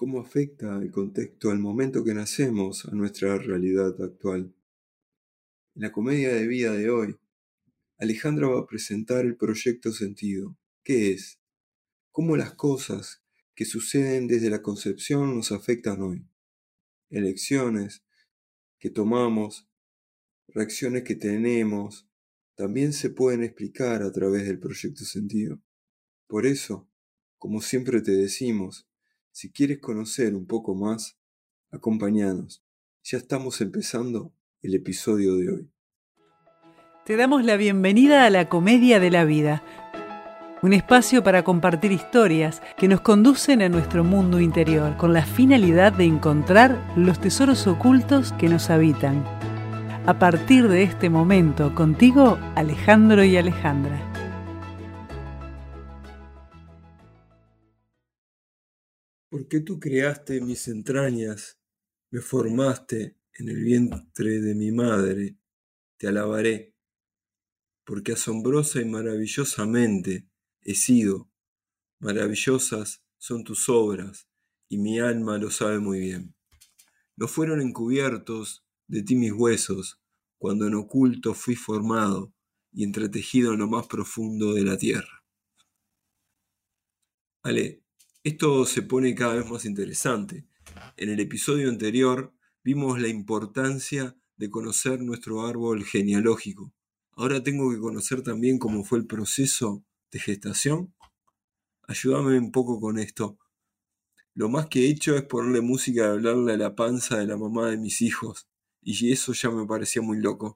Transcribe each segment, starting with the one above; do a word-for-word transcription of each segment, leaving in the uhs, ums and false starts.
¿Cómo afecta el contexto al momento que nacemos a nuestra realidad actual? En la comedia de vida de hoy, Alejandra va a presentar el proyecto sentido. ¿Qué es? ¿Cómo las cosas que suceden desde la concepción nos afectan hoy? Elecciones que tomamos, reacciones que tenemos, también se pueden explicar a través del proyecto sentido. Por eso, como siempre te decimos, si quieres conocer un poco más, acompáñanos. Ya estamos empezando el episodio de hoy. Te damos la bienvenida a la Comedia de la Vida, un espacio para compartir historias que nos conducen a nuestro mundo interior con la finalidad de encontrar los tesoros ocultos que nos habitan. A partir de este momento, contigo, Alejandro y Alejandra. Porque tú creaste mis entrañas, me formaste en el vientre de mi madre, te alabaré, porque asombrosa y maravillosamente he sido, maravillosas son tus obras, y mi alma lo sabe muy bien. No fueron encubiertos de ti mis huesos, cuando en oculto fui formado y entretejido en lo más profundo de la tierra. Ale, esto se pone cada vez más interesante. En el episodio anterior vimos la importancia de conocer nuestro árbol genealógico. Ahora tengo que conocer también cómo fue el proceso de gestación. Ayúdame un poco con esto. Lo más que he hecho es ponerle música y hablarle a la panza de la mamá de mis hijos, y eso ya me parecía muy loco.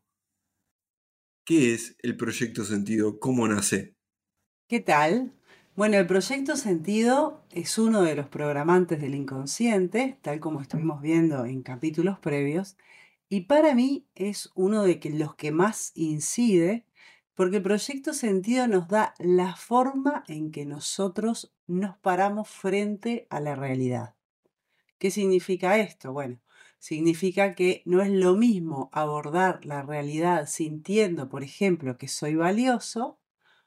¿Qué es el proyecto sentido? ¿Cómo nace? ¿Qué tal? Bueno, el proyecto sentido es uno de los programantes del inconsciente, tal como estuvimos viendo en capítulos previos, y para mí es uno de que- los que más incide, porque el proyecto sentido nos da la forma en que nosotros nos paramos frente a la realidad. ¿Qué significa esto? Bueno, significa que no es lo mismo abordar la realidad sintiendo, por ejemplo, que soy valioso,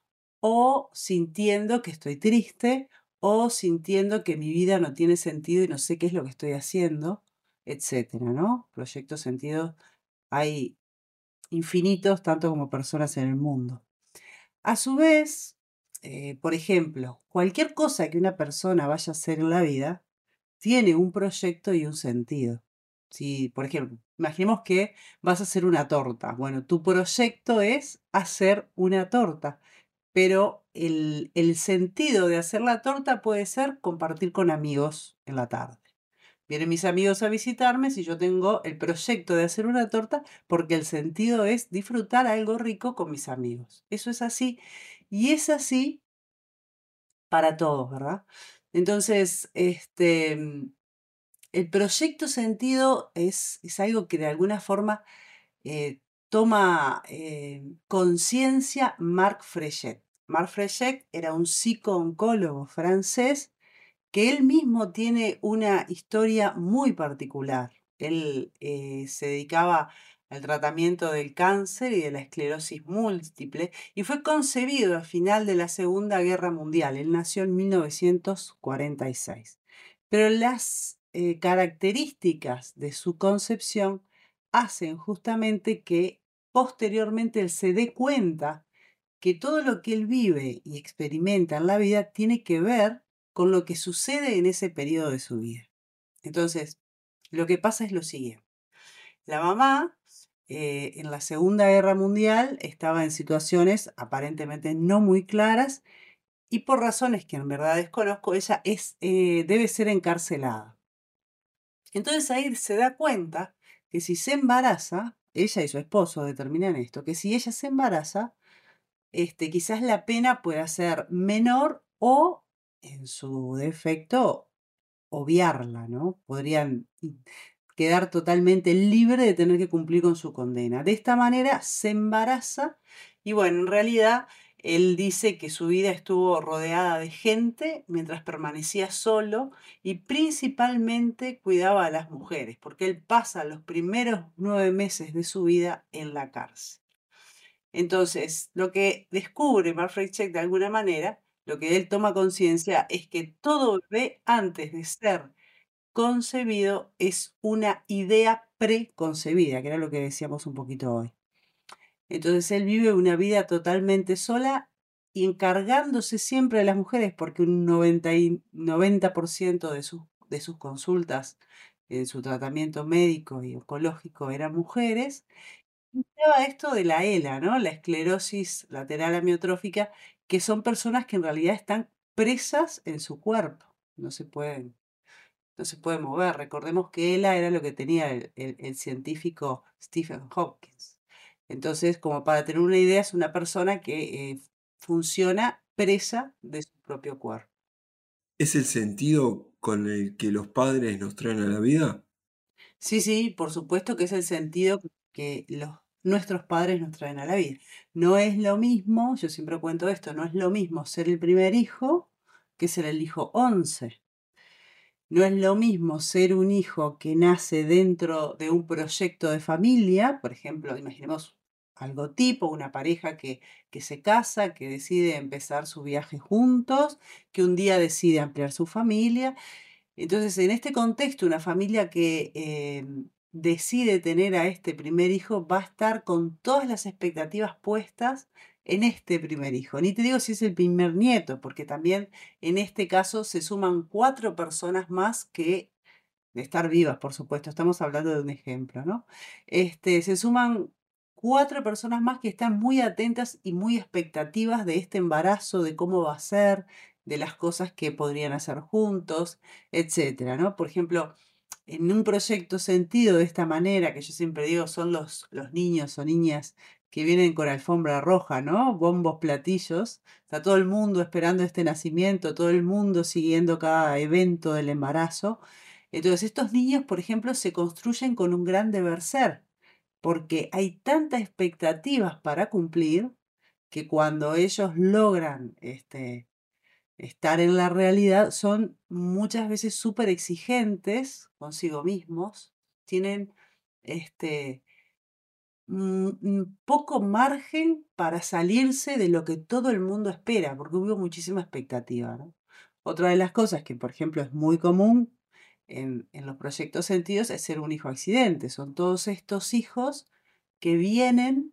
o sintiendo que estoy triste, o sintiendo que mi vida no tiene sentido y no sé qué es lo que estoy haciendo, etcétera, ¿no? Proyectos sentidos hay infinitos, tanto como personas en el mundo. A su vez, eh, por ejemplo, cualquier cosa que una persona vaya a hacer en la vida tiene un proyecto y un sentido. Si, por ejemplo, imaginemos que vas a hacer una torta. Bueno, tu proyecto es hacer una torta, pero el, el sentido de hacer la torta puede ser compartir con amigos en la tarde. Vienen mis amigos a visitarme si yo tengo el proyecto de hacer una torta, porque el sentido es disfrutar algo rico con mis amigos. Eso es así. Y es así para todos, ¿verdad? Entonces, este, mm, el proyecto sentido es, es algo que de alguna forma eh, toma eh, conciencia Marc Frechet. Marc Frechet era un psico-oncólogo francés que él mismo tiene una historia muy particular. Él eh, se dedicaba al tratamiento del cáncer y de la esclerosis múltiple y fue concebido al final de la Segunda Guerra Mundial. Él nació en mil novecientos cuarenta y seis. Pero las eh, características de su concepción hacen justamente que posteriormente él se dé cuenta que todo lo que él vive y experimenta en la vida tiene que ver con lo que sucede en ese periodo de su vida. Entonces, lo que pasa es lo siguiente. La mamá, eh, en la Segunda Guerra Mundial, estaba en situaciones aparentemente no muy claras y por razones que en verdad desconozco, ella es, eh, debe ser encarcelada. Entonces ahí se da cuenta que si se embaraza, ella y su esposo determinan esto, que si ella se embaraza, este, quizás la pena pueda ser menor o, en su defecto, obviarla, ¿no? Podrían quedar totalmente libre de tener que cumplir con su condena. De esta manera se embaraza y bueno, en realidad él dice que su vida estuvo rodeada de gente mientras permanecía solo y principalmente cuidaba a las mujeres, porque él pasa los primeros nueve meses de su vida en la cárcel. Entonces, lo que descubre Manfred Check de alguna manera, lo que él toma conciencia es que todo bebé antes de ser concebido es una idea preconcebida, que era lo que decíamos un poquito hoy. Entonces él vive una vida totalmente sola y encargándose siempre de las mujeres, porque un noventa, y- noventa por ciento de sus, de sus consultas en su tratamiento médico y oncológico eran mujeres. Y estaba esto de la ELA, ¿no? La esclerosis lateral amiotrófica, que son personas que en realidad están presas en su cuerpo, no se pueden, no se pueden mover. Recordemos que ELA era lo que tenía el, el- el científico Stephen Hawking. Entonces, como para tener una idea, es una persona que eh, funciona presa de su propio cuerpo. ¿Es el sentido con el que los padres nos traen a la vida? Sí, sí, por supuesto que es el sentido que los, nuestros padres nos traen a la vida. No es lo mismo, yo siempre cuento esto, no es lo mismo ser el primer hijo que ser el hijo once. No es lo mismo ser un hijo que nace dentro de un proyecto de familia, por ejemplo, imaginemos algo tipo, una pareja que, que se casa, que decide empezar su viaje juntos, que un día decide ampliar su familia. Entonces, en este contexto, una familia que eh, decide tener a este primer hijo va a estar con todas las expectativas puestas en este primer hijo. Ni te digo si es el primer nieto, porque también en este caso se suman cuatro personas más que de estar vivas, por supuesto, estamos hablando de un ejemplo, ¿no? Este, se suman cuatro personas más que están muy atentas y muy expectativas de este embarazo, de cómo va a ser, de las cosas que podrían hacer juntos, etcétera, ¿no? Por ejemplo, en un proyecto sentido de esta manera, que yo siempre digo, son los, los niños o niñas que vienen con alfombra roja, ¿no? Bombos, platillos. Está todo el mundo esperando este nacimiento, todo el mundo siguiendo cada evento del embarazo. Entonces, estos niños, por ejemplo, se construyen con un gran deber ser, porque hay tantas expectativas para cumplir que cuando ellos logran este, estar en la realidad, son muchas veces súper exigentes consigo mismos, tienen este, mm, mm, poco margen para salirse de lo que todo el mundo espera, porque hubo muchísima expectativa, ¿no? Otra de las cosas que, por ejemplo, es muy común en, en los proyectos sentidos es ser un hijo accidente. Son todos estos hijos que vienen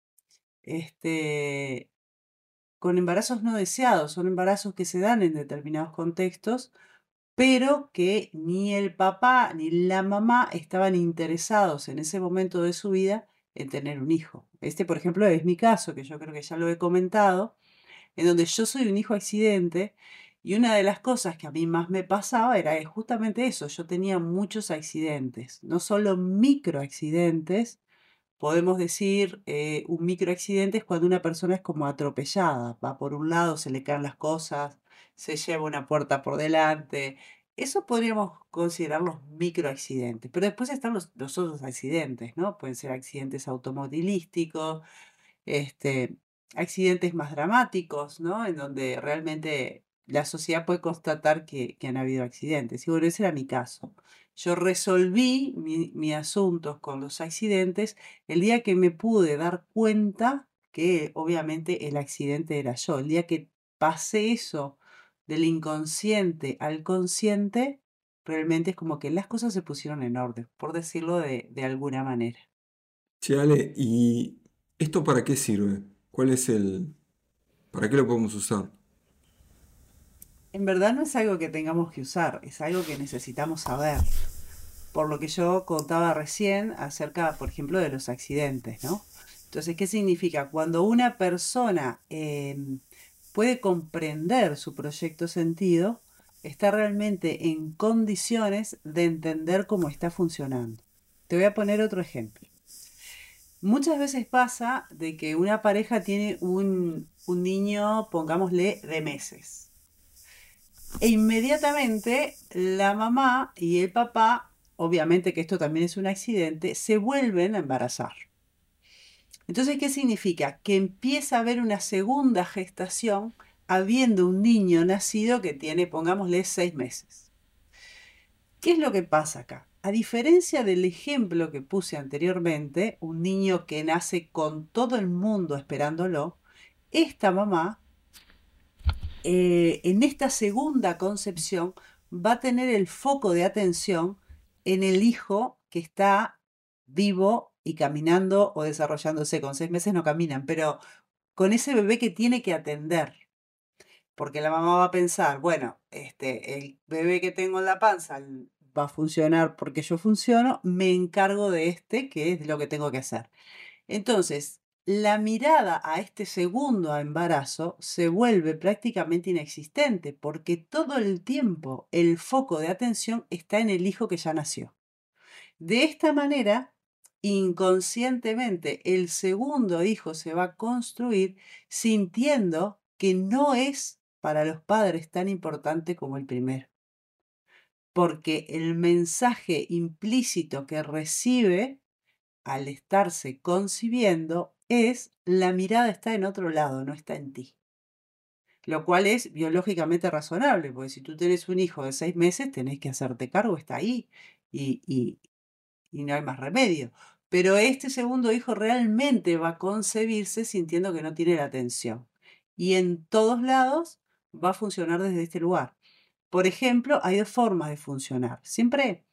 este, con embarazos no deseados, son embarazos que se dan en determinados contextos, pero que ni el papá ni la mamá estaban interesados en ese momento de su vida en tener un hijo. Este, por ejemplo, es mi caso, que yo creo que ya lo he comentado, en donde yo soy un hijo accidente y una de las cosas que a mí más me pasaba era eh, justamente eso, yo tenía muchos accidentes, no solo microaccidentes. Podemos decir, eh, un microaccidente es cuando una persona es como atropellada, va por un lado, se le caen las cosas, se lleva una puerta por delante. Eso podríamos considerar los microaccidentes. Pero después están los, los otros accidentes, ¿no? Pueden ser accidentes automovilísticos, este, accidentes más dramáticos, ¿no? En donde realmente la sociedad puede constatar que, que han habido accidentes. Y bueno, ese era mi caso. Yo resolví mi, mi asuntos con los accidentes el día que me pude dar cuenta que obviamente el accidente era yo. El día que pasé eso del inconsciente al consciente, realmente es como que las cosas se pusieron en orden, por decirlo de, de alguna manera. Che, Ale, ¿y esto para qué sirve? ¿Cuál es el... ¿Para qué lo podemos usar? En verdad no es algo que tengamos que usar, es algo que necesitamos saber. Por lo que yo contaba recién acerca, por ejemplo, de los accidentes, ¿no? Entonces, ¿qué significa? Cuando una persona em, puede comprender su proyecto sentido, está realmente en condiciones de entender cómo está funcionando. Te voy a poner otro ejemplo. Muchas veces pasa de que una pareja tiene un, un niño, pongámosle, de meses. E inmediatamente la mamá y el papá, obviamente que esto también es un accidente, se vuelven a embarazar. Entonces, ¿qué significa? Que empieza a haber una segunda gestación habiendo un niño nacido que tiene, pongámosle, seis meses. ¿Qué es lo que pasa acá? A diferencia del ejemplo que puse anteriormente, un niño que nace con todo el mundo esperándolo, esta mamá eh, en esta segunda concepción va a tener el foco de atención en el hijo que está vivo y caminando o desarrollándose. Con seis meses no caminan, pero con ese bebé que tiene que atender. Porque la mamá va a pensar, bueno, este, el bebé que tengo en la panza va a funcionar porque yo funciono, me encargo de este, que es lo que tengo que hacer. Entonces, la mirada a este segundo embarazo se vuelve prácticamente inexistente porque todo el tiempo el foco de atención está en el hijo que ya nació. De esta manera, inconscientemente, el segundo hijo se va a construir sintiendo que no es para los padres tan importante como el primero. Porque el mensaje implícito que recibe al estarse concibiendo es la mirada está en otro lado, no está en ti. Lo cual es biológicamente razonable, porque si tú tienes un hijo de seis meses, tenés que hacerte cargo, está ahí y, y, y no hay más remedio. Pero este segundo hijo realmente va a concebirse sintiendo que no tiene la atención. Y en todos lados va a funcionar desde este lugar. Por ejemplo, hay dos formas de funcionar. Siempre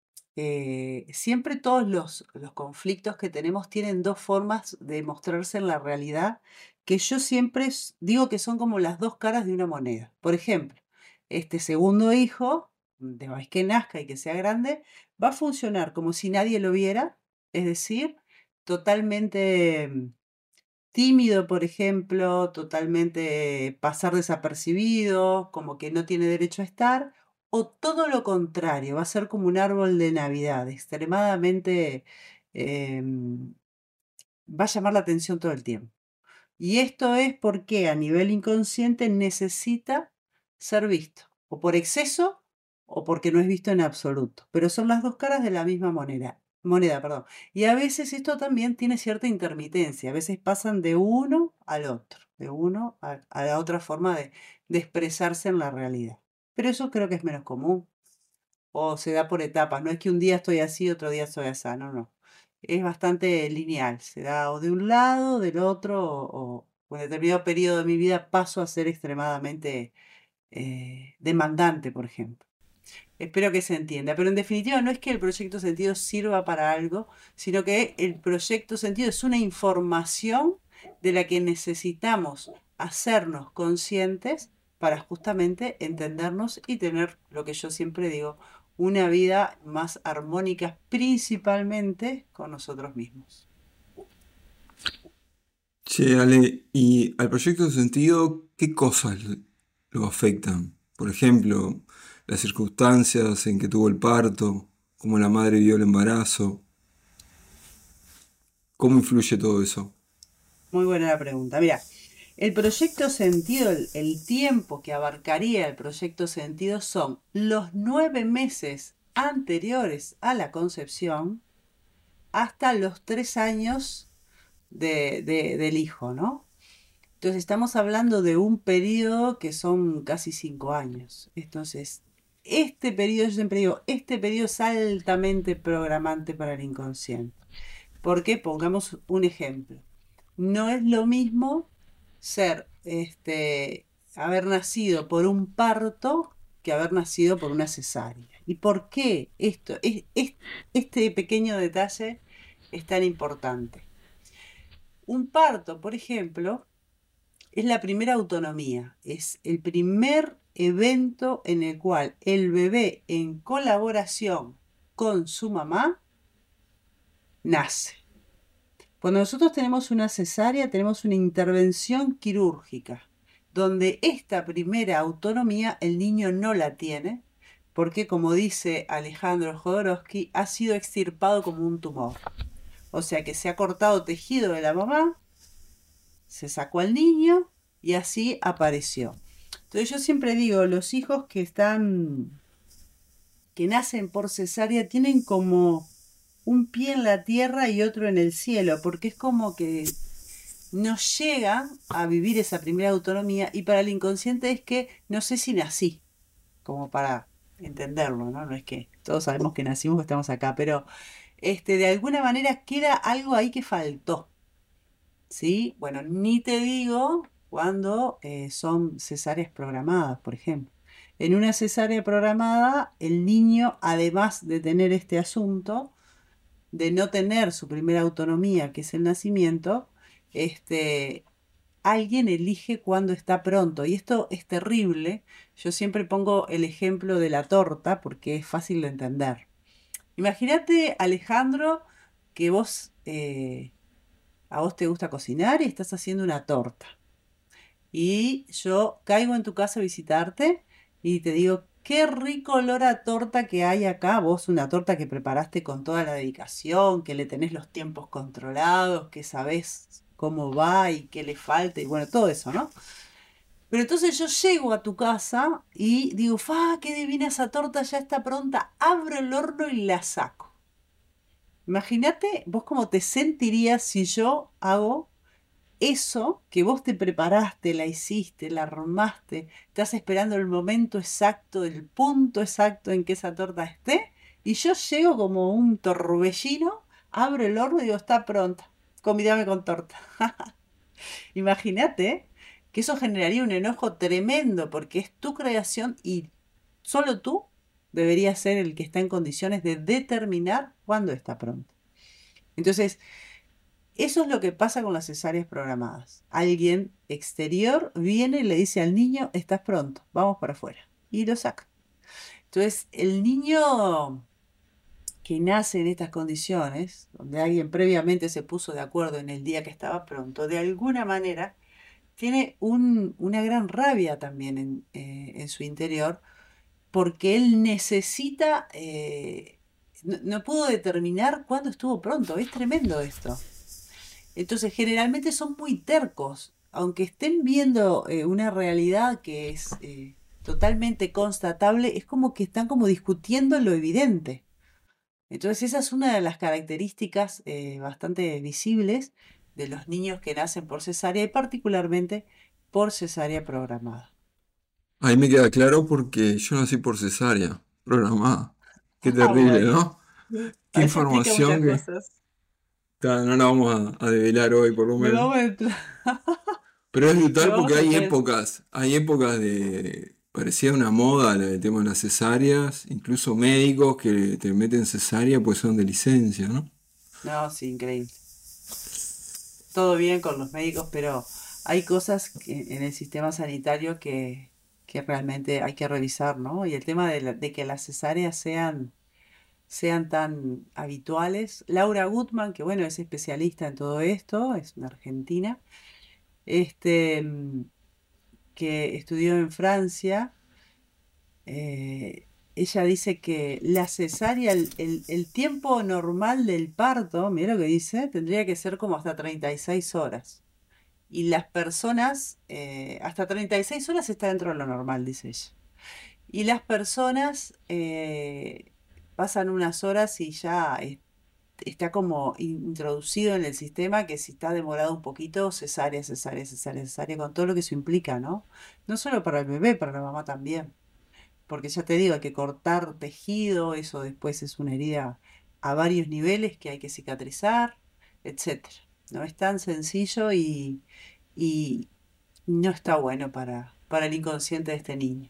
eh, siempre todos los, los conflictos que tenemos tienen dos formas de mostrarse en la realidad, que yo siempre s- digo que son como las dos caras de una moneda. Por ejemplo, este segundo hijo, de vez que nazca y que sea grande, va a funcionar como si nadie lo viera, es decir, totalmente mm, tímido, por ejemplo, totalmente pasar desapercibido, como que no tiene derecho a estar, o todo lo contrario, va a ser como un árbol de Navidad, extremadamente, em, va a llamar la atención todo el tiempo. Y esto es porque a nivel inconsciente necesita ser visto, o por exceso o porque no es visto en absoluto. Pero son las dos caras de la misma moneda. Moneda, perdón. Y a veces esto también tiene cierta intermitencia. A veces pasan de uno al otro, de uno a, a la otra forma de, de expresarse en la realidad. Pero eso creo que es menos común o se da por etapas. No es que un día estoy así, otro día estoy así. No, no. Es bastante lineal. Se da o de un lado, del otro, o, o en determinado periodo de mi vida paso a ser extremadamente eh, demandante, por ejemplo. Espero que se entienda. Pero en definitiva, no es que el proyecto sentido sirva para algo, sino que el proyecto sentido es una información de la que necesitamos hacernos conscientes para justamente entendernos y tener lo que yo siempre digo, una vida más armónica, principalmente con nosotros mismos. Che, Ale, y al proyecto de sentido, ¿qué cosas lo afectan? Por ejemplo, las circunstancias en que tuvo el parto, cómo la madre vio el embarazo, ¿cómo influye todo eso? Muy buena la pregunta. Mira, el proyecto sentido, el, el tiempo que abarcaría el proyecto sentido son los nueve meses anteriores a la concepción hasta los tres años de, de- del hijo, ¿no? Entonces estamos hablando de un periodo que son casi cinco años. Entonces, este periodo, yo siempre digo, este periodo es altamente programante para el inconsciente. Porque, pongamos un ejemplo, no es lo mismo ser, este, haber nacido por un parto que haber nacido por una cesárea. ¿Y por qué esto, es, es- este pequeño detalle es tan importante? Un parto, por ejemplo, es la primera autonomía, es el primer evento en el cual el bebé, en colaboración con su mamá, nace. Cuando nosotros tenemos una cesárea, tenemos una intervención quirúrgica, donde esta primera autonomía el niño no la tiene, porque como dice Alejandro Jodorowsky, ha sido extirpado como un tumor. O sea que se ha cortado tejido de la mamá, se sacó al niño y así apareció. Entonces yo siempre digo, los hijos que están, que nacen por cesárea, tienen como un pie en la tierra y otro en el cielo, porque es como que no llega a vivir esa primera autonomía y para el inconsciente es que no sé si nací, como para entenderlo, ¿no? No es que todos sabemos que nacimos, que estamos acá, pero este, de alguna manera queda algo ahí que faltó, ¿sí? Bueno, ni te digo cuando eh, son cesáreas programadas, por ejemplo. En una cesárea programada, el niño, además de tener este asunto, de no tener su primera autonomía, que es el nacimiento, este, alguien elige cuándo está pronto. Y esto es terrible. Yo siempre pongo el ejemplo de la torta porque es fácil de entender. Imagínate, Alejandro, que vos, eh, a vos te gusta cocinar y estás haciendo una torta. Y yo caigo en tu casa a visitarte y te digo, qué rico olor a torta que hay acá. Vos una torta que preparaste con toda la dedicación, que le tenés los tiempos controlados, que sabés cómo va y qué le falta y bueno, todo eso, ¿no? Pero entonces yo llego a tu casa y digo, fa, qué divina esa torta, ya está pronta. Abro el horno y la saco. Imagínate vos cómo te sentirías si yo hago eso que vos te preparaste, la hiciste, la armaste, estás esperando el momento exacto, el punto exacto en que esa torta esté, y yo llego como un torbellino, abro el horno y digo, está pronta, convídame con torta. Imagínate que eso generaría un enojo tremendo porque es tu creación y solo tú deberías ser el que está en condiciones de determinar cuándo está pronto. Entonces, eso es lo que pasa con las cesáreas programadas. Alguien exterior viene y le dice al niño, estás pronto, vamos para afuera. Y lo saca. Entonces, el niño que nace en estas condiciones, donde alguien previamente se puso de acuerdo en el día que estaba pronto, de alguna manera tiene un- una gran rabia también en, eh, en su interior, porque él necesita, eh, no, no pudo determinar cuándo estuvo pronto. Es tremendo esto. Entonces, generalmente son muy tercos, aunque estén viendo eh, una realidad que es eh, totalmente constatable, es como que están como discutiendo lo evidente. Entonces, esa es una de las características eh, bastante visibles de los niños que nacen por cesárea y particularmente por cesárea programada. Ahí me queda claro porque yo nací por cesárea, programada. Qué Ah, terrible, bueno, ¿no? Qué eso explica muchas información que cosas. ta, no la vamos a, a develar hoy, por lo No menos. vamos a entrar, Pero es no brutal porque vamos a hay entrar en eso. épocas, hay épocas de... Parecía una moda el tema de las cesáreas, incluso médicos que te meten cesárea pues son de licencia, ¿no? No, sí, increíble. Todo bien con los médicos, pero hay cosas que- en el sistema sanitario que, que realmente hay que revisar, ¿no? Y el tema de, la- de que las cesáreas sean, sean tan habituales. Laura Gutman, que bueno, es especialista en todo esto, es una argentina, este, mm, que estudió en Francia, eh, ella dice que la cesárea, el, el- el tiempo normal del parto, mira lo que dice, tendría que ser como hasta treinta y seis horas. Y las personas, eh, hasta treinta y seis horas está dentro de lo normal, dice ella. Y las personas eh, pasan unas horas y ya es- está como introducido en el sistema que si está demorado un poquito, cesárea, cesárea, cesárea, cesárea, con todo lo que eso implica, ¿no? No solo para el bebé, para la mamá también. Porque ya te digo, hay que cortar tejido, eso después es una herida a varios niveles que hay que cicatrizar, etcétera. No es tan sencillo y, y no está bueno para, para el inconsciente de este niño.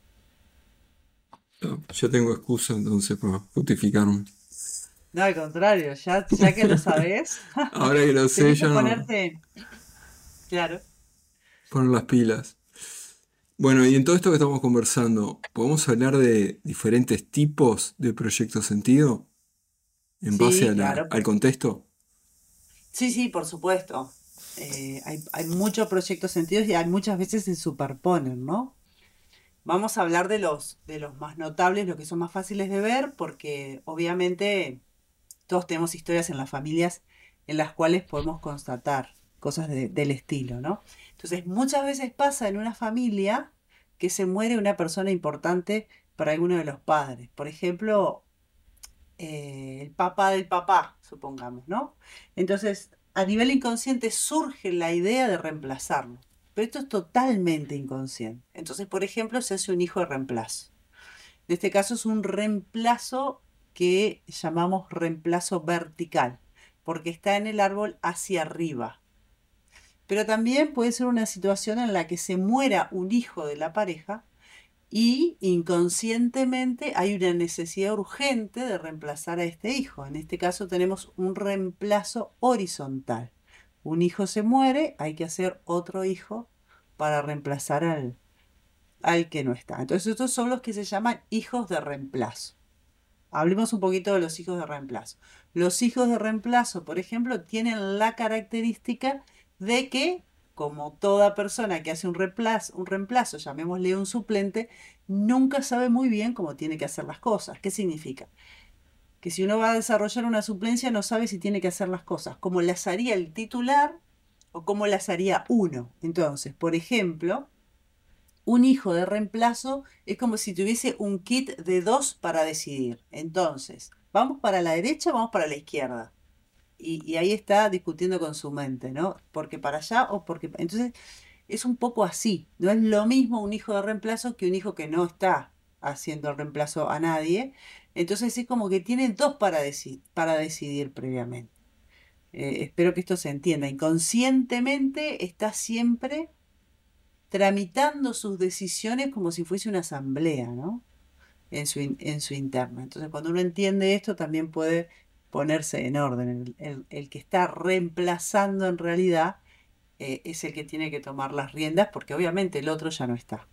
Yo yo tengo excusa entonces para justificarme. No, al contrario, ya, ya que lo sabes, Ahora que lo sé, tenés que ya no ponerte, claro. poner las pilas. Bueno, y en todo esto que estamos conversando, ¿podemos hablar de diferentes tipos de proyecto sentido en base Sí, a la- claro. al contexto? Sí, sí, por supuesto. Eh, hay, hay muchos proyectos sentidos y hay muchas veces se superponen, ¿no? Vamos a hablar de los, de los más notables, los que son más fáciles de ver, porque obviamente todos tenemos historias en las familias en las cuales podemos constatar cosas de- del estilo, ¿no? Entonces, muchas veces pasa en una familia que se muere una persona importante para alguno de los padres. Por ejemplo, eh, el papá del papá, supongamos, ¿no? Entonces, a nivel inconsciente surge la idea de reemplazarlo. Pero esto es totalmente inconsciente. Entonces, por ejemplo, se hace un hijo de reemplazo. En este caso es un reemplazo que llamamos reemplazo vertical, porque está en el árbol hacia arriba. Pero también puede ser una situación en la que se muera un hijo de la pareja y inconscientemente hay una necesidad urgente de reemplazar a este hijo. En este caso tenemos un reemplazo horizontal. Un hijo se muere, hay que hacer otro hijo para reemplazar al, al que no está. Entonces estos son los que se llaman hijos de reemplazo. Hablemos un poquito de los hijos de reemplazo. Los hijos de reemplazo, por ejemplo, tienen la característica de que, como toda persona que hace un reemplazo, un reemplazo, llamémosle un suplente, nunca sabe muy bien cómo tiene que hacer las cosas. ¿Qué significa? Que si uno va a desarrollar una suplencia no sabe si tiene que hacer las cosas, cómo las haría el titular o cómo las haría uno. Entonces, por ejemplo, un hijo de reemplazo es como si tuviese un kit de dos para decidir. Entonces, ¿vamos para la derecha o vamos para la izquierda? Y, y ahí está discutiendo con su mente, ¿no? Porque para allá o porque... Entonces, es un poco así. No es lo mismo un hijo de reemplazo que un hijo que no está haciendo el reemplazo a nadie. Entonces, es como que tiene dos para, deci- para decidir previamente. Eh, espero que esto se entienda. Inconscientemente está siempre tramitando sus decisiones como si fuese una asamblea, ¿no? En su, in- en su interna. Entonces, cuando uno entiende esto, también puede ponerse en orden. El, el- el que está reemplazando en realidad eh, es el que tiene que tomar las riendas, porque obviamente el otro ya no está.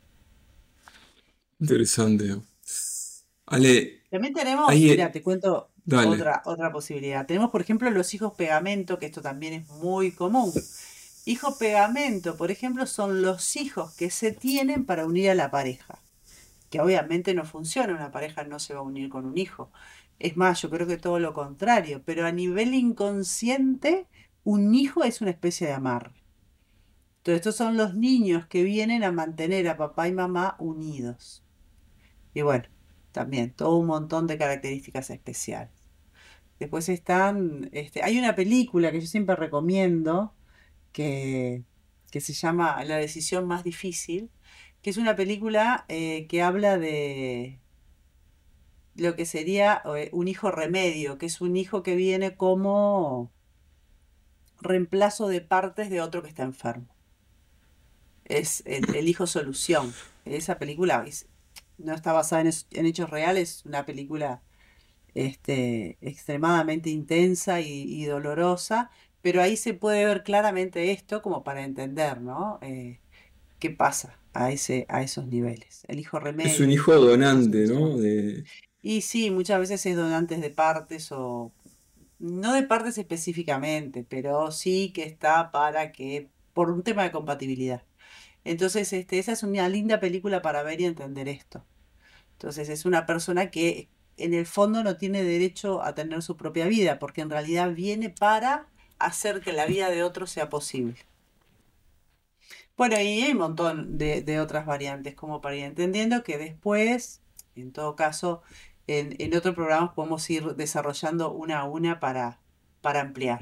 Interesante. Ale, También tenemos, ahí, mira, eh, te cuento dale. otra, otra posibilidad. Tenemos, por ejemplo, los hijos pegamento, que esto también es muy común. Hijo pegamento, por ejemplo, son los hijos que se tienen para unir a la pareja. Que obviamente no funciona, una pareja no se va a unir con un hijo. Es más, yo creo que todo lo contrario, pero a nivel inconsciente, un hijo es una especie de amarre. Entonces, estos son los niños que vienen a mantener a papá y mamá unidos. Y bueno, también todo un montón de características especiales. Después están, este, hay una película que yo siempre recomiendo que, que se llama La decisión más difícil, que es una película eh, que habla de lo que sería eh, un hijo remedio, que es un hijo que viene como reemplazo de partes de otro que está enfermo. Es el, el hijo solución. Esa película es- no está basada en, es- en hechos reales, una película este, extremadamente intensa y, y dolorosa, pero ahí se puede ver claramente esto como para entender, ¿no? Eh, qué pasa a ese, a esos niveles. El hijo Es un remedio, el hijo hijo, el hijo donante, ¿no? solución. De, Y sí, muchas veces es donantes de partes o no de partes específicamente, pero sí que está para que, por un tema de compatibilidad. Entonces, este, esa es una linda película para ver y entender esto. Entonces, es una persona que en el fondo no tiene derecho a tener su propia vida, porque en realidad viene para hacer que la vida de otro sea posible. Bueno, y hay un montón de, de otras variantes, como para ir entendiendo que después, en todo caso, en, en otros programas podemos ir desarrollando una a una para, para ampliar.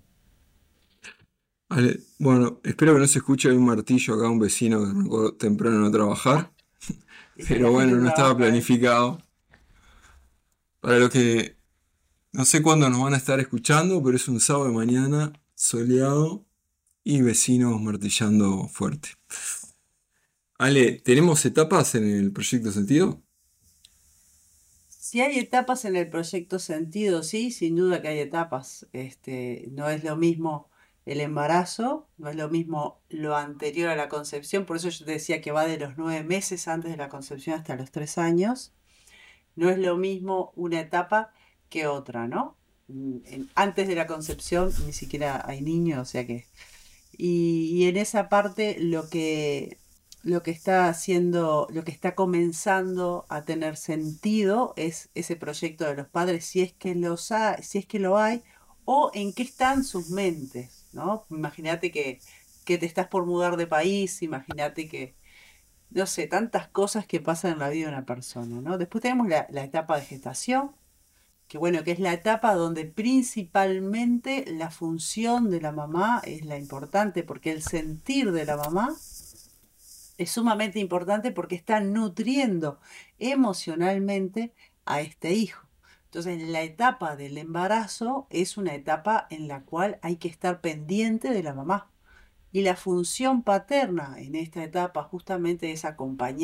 Ale, bueno, espero que no se escuche un martillo acá, un vecino que arrancó temprano a trabajar, Es que la pero gente bueno, no estaba trabaja, ¿eh? planificado. Para los que no sé cuándo nos van a estar escuchando, pero es un sábado de mañana, soleado y vecinos martillando fuerte. Ale, ¿tenemos etapas en el proyecto Sentido? Si hay etapas en el proyecto Sentido, sí, sin duda que hay etapas. Este, no es lo mismo el embarazo, no es lo mismo lo anterior a la concepción, por eso yo te decía que va de los nueve meses antes de la concepción hasta los tres años. No es lo mismo una etapa que otra, ¿no? Mm, en- antes de la concepción ni siquiera hay niños, o sea que... Y, y en esa parte lo que, lo que está haciendo, lo que está comenzando a tener sentido es ese proyecto de los padres, si es que los ha- si es que lo hay, o en qué están sus mentes, ¿no? Imagínate que, que te estás por mudar de país, imagínate que no sé, tantas cosas que pasan en la vida de una persona, ¿no? Después tenemos la, la etapa de gestación, que bueno, que es la etapa donde principalmente la función de la mamá es la importante, porque el sentir de la mamá es sumamente importante porque está nutriendo emocionalmente a este hijo. Entonces, la etapa del embarazo es una etapa en la cual hay que estar pendiente de la mamá. Y la función paterna en esta etapa justamente es acompañar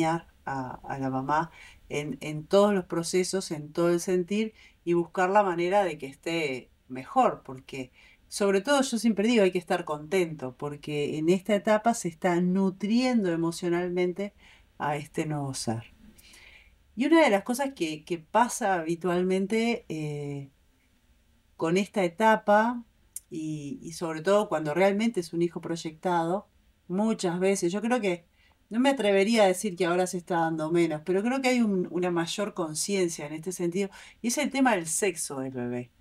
a, a la mamá en, en todos los procesos, en todo el sentir y buscar la manera de que esté mejor, porque sobre todo yo siempre digo hay que estar contento, porque en esta etapa se está nutriendo emocionalmente a este nuevo ser. Y una de las cosas que, que pasa habitualmente eh, con esta etapa, y, y sobre todo cuando realmente es un hijo proyectado, muchas veces, yo creo que, no me atrevería a decir que ahora se está dando menos, pero creo que hay un- una mayor conciencia en este sentido, y es el tema del sexo del bebé.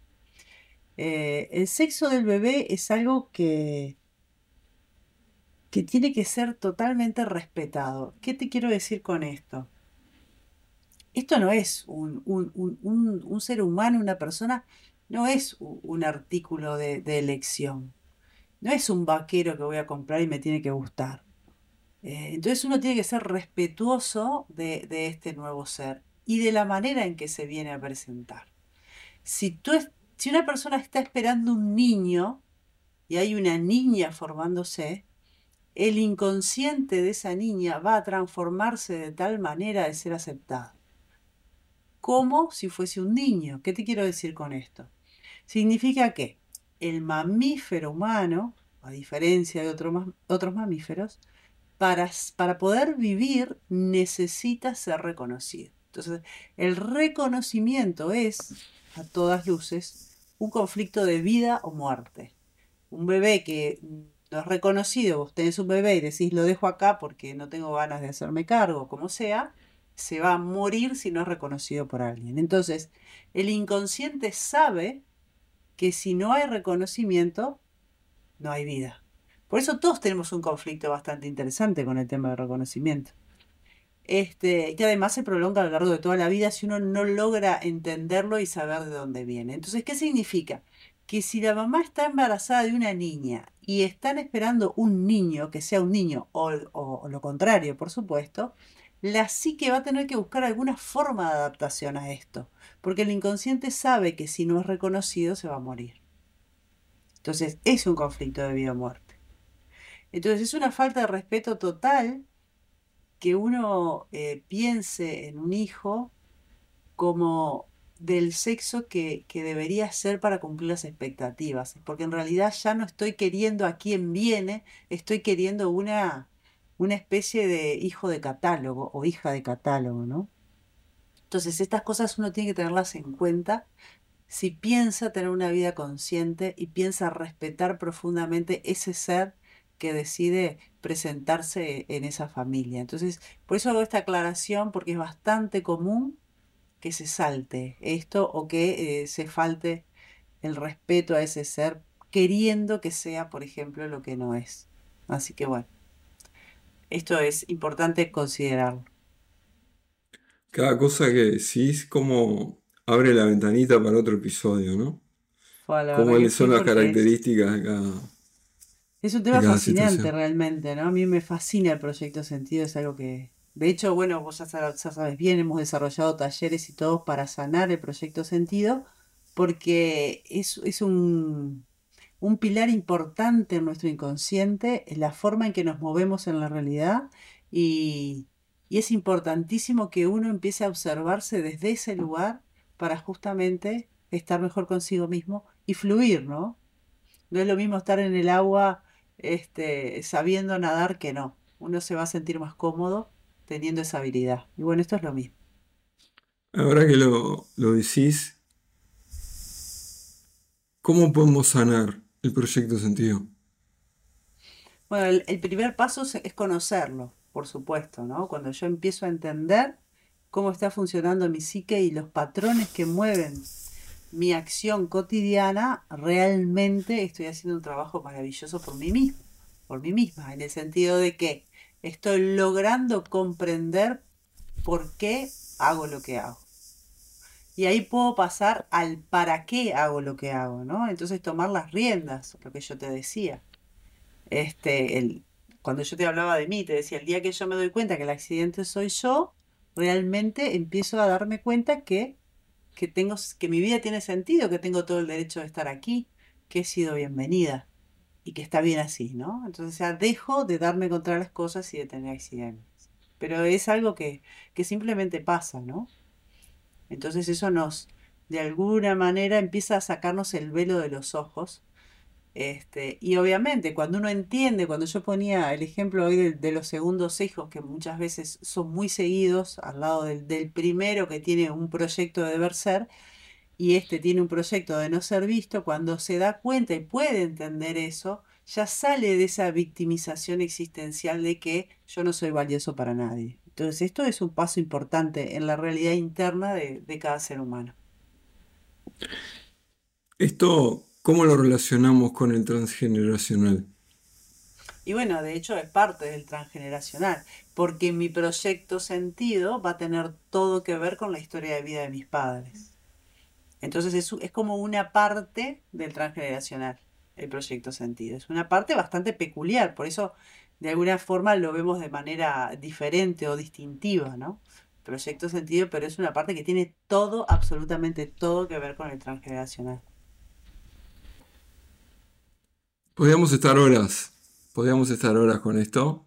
Eh, el sexo del bebé es algo que, que tiene que ser totalmente respetado. ¿Qué te quiero decir con esto? Esto no es un, un- un- un- un ser humano, una persona, no es u- un artículo de, de elección. No es un vaquero que voy a comprar y me tiene que gustar. Eh, entonces uno tiene que ser respetuoso de, de este nuevo ser y de la manera en que se viene a presentar. Si tú es- si una persona está esperando un niño y hay una niña formándose, el inconsciente de esa niña va a transformarse de tal manera de ser aceptado, como si fuese un niño. ¿Qué te quiero decir con esto? Significa que el mamífero humano, a diferencia de otro ma- otros mamíferos, para, s- para poder vivir necesita ser reconocido. Entonces, el reconocimiento es, a todas luces, un conflicto de vida o muerte. Un bebé que mm, no es reconocido, vos tenés un bebé y decís lo dejo acá porque no tengo ganas de hacerme cargo, como sea, se va a morir si no es reconocido por alguien. Entonces, el inconsciente sabe que si no hay reconocimiento, no hay vida. Por eso todos tenemos un conflicto bastante interesante con el tema del reconocimiento. Este, que además se prolonga a lo largo de toda la vida si uno no logra entenderlo y saber de dónde viene. Entonces, ¿qué significa? Que si la mamá está embarazada de una niña y están esperando un niño, que sea un niño, o, o- o lo contrario, por supuesto, la psique va a tener que buscar alguna forma de adaptación a esto, porque el inconsciente sabe que si no es reconocido se va a morir. Entonces, es un conflicto de vida o muerte. Entonces, es una falta de respeto total que uno eh, piense en un hijo como del sexo que, que debería ser para cumplir las expectativas, porque en realidad ya no estoy queriendo a quién viene, estoy queriendo una, una especie de hijo de catálogo o hija de catálogo, ¿no? Entonces, estas cosas uno tiene que tenerlas en cuenta si piensa tener una vida consciente y piensa respetar profundamente ese ser que decide presentarse en esa familia. Entonces, por eso hago esta aclaración, porque es bastante común que se salte esto o que eh, se falte el respeto a ese ser, queriendo que sea, por ejemplo, lo que no es. Así que bueno, esto es importante considerarlo. Cada cosa que decís, como abre la ventanita para otro episodio, ¿no? Fue, la verdad que ¿Cuáles sí, son las porque es, características de cada, es un de tema cada fascinante situación? realmente, ¿no? A mí me fascina el proyecto Sentido, es algo que, de hecho, bueno, vos ya sa- ya sabes bien, hemos desarrollado talleres y todo para sanar el proyecto Sentido, porque es, es un, un pilar importante en nuestro inconsciente, en la forma en que nos movemos en la realidad y, y es importantísimo que uno empiece a observarse desde ese lugar para justamente estar mejor consigo mismo y fluir, ¿no? No es lo mismo estar en el agua, este, sabiendo nadar que no. Uno se va a sentir más cómodo teniendo esa habilidad. Y bueno, esto es lo mismo. Ahora que lo, lo decís, ¿cómo podemos sanar el proyecto sentido? Bueno, el, el primer paso es es conocerlo, por supuesto, ¿no? Cuando yo empiezo a entender cómo está funcionando mi psique y los patrones que mueven mi acción cotidiana, realmente estoy haciendo un trabajo maravilloso por mí mismo, por mí misma, en el sentido de que estoy logrando comprender por qué hago lo que hago. Y ahí puedo pasar al para qué hago lo que hago, ¿no? Entonces tomar las riendas, lo que yo te decía. Este, el, cuando yo te hablaba de mí, te decía, el día que yo me doy cuenta que el accidente soy yo, realmente empiezo a darme cuenta que, que tengo, que mi vida tiene sentido, que tengo todo el derecho de estar aquí, que he sido bienvenida y que está bien así, ¿no? Entonces ya dejo de darme contra las cosas y de tener accidentes. pero es algo que, que simplemente pasa, ¿no? Entonces eso nos, de alguna manera, empieza a sacarnos el velo de los ojos. Este, y obviamente, cuando uno entiende, cuando yo ponía el ejemplo hoy de, de los segundos hijos, que muchas veces son muy seguidos al lado del, del primero que tiene un proyecto de deber ser, y este tiene un proyecto de no ser visto, cuando se da cuenta y puede entender eso, ya sale de esa victimización existencial de que yo no soy valioso para nadie. Entonces, esto es un paso importante en la realidad interna de, de cada ser humano. Esto, ¿cómo lo relacionamos con el transgeneracional? Y bueno, de hecho es parte del transgeneracional, porque mi proyecto sentido va a tener todo que ver con la historia de vida de mis padres. Entonces es, es como una parte del transgeneracional, el proyecto sentido. Es una parte bastante peculiar, por eso de alguna forma lo vemos de manera diferente o distintiva, ¿no? Proyecto sentido, pero es una parte que tiene todo, absolutamente todo que ver con el transgeneracional. Podríamos estar horas, podríamos estar horas con esto.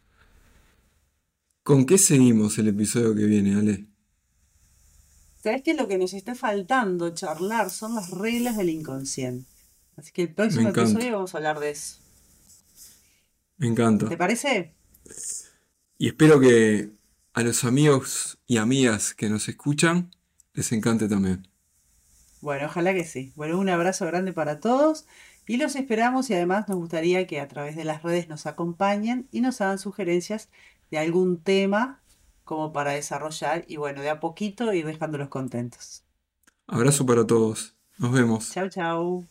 ¿Con qué seguimos el episodio que viene, Ale? ¿Sabes qué? Lo que nos está faltando charlar son las reglas del inconsciente. Así que el Me próximo encanta, episodio vamos a hablar de eso. me encanta. ¿Te parece? Y espero que a los amigos y amigas que nos escuchan les encante también. Bueno, ojalá que sí. Bueno, un abrazo grande para todos y los esperamos y además nos gustaría que a través de las redes nos acompañen y nos hagan sugerencias de algún tema como para desarrollar y bueno, de a poquito ir dejándolos contentos. Abrazo para todos. Nos vemos. Chau, chau.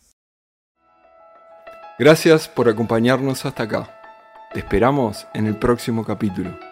Gracias por acompañarnos hasta acá. Te esperamos en el próximo capítulo.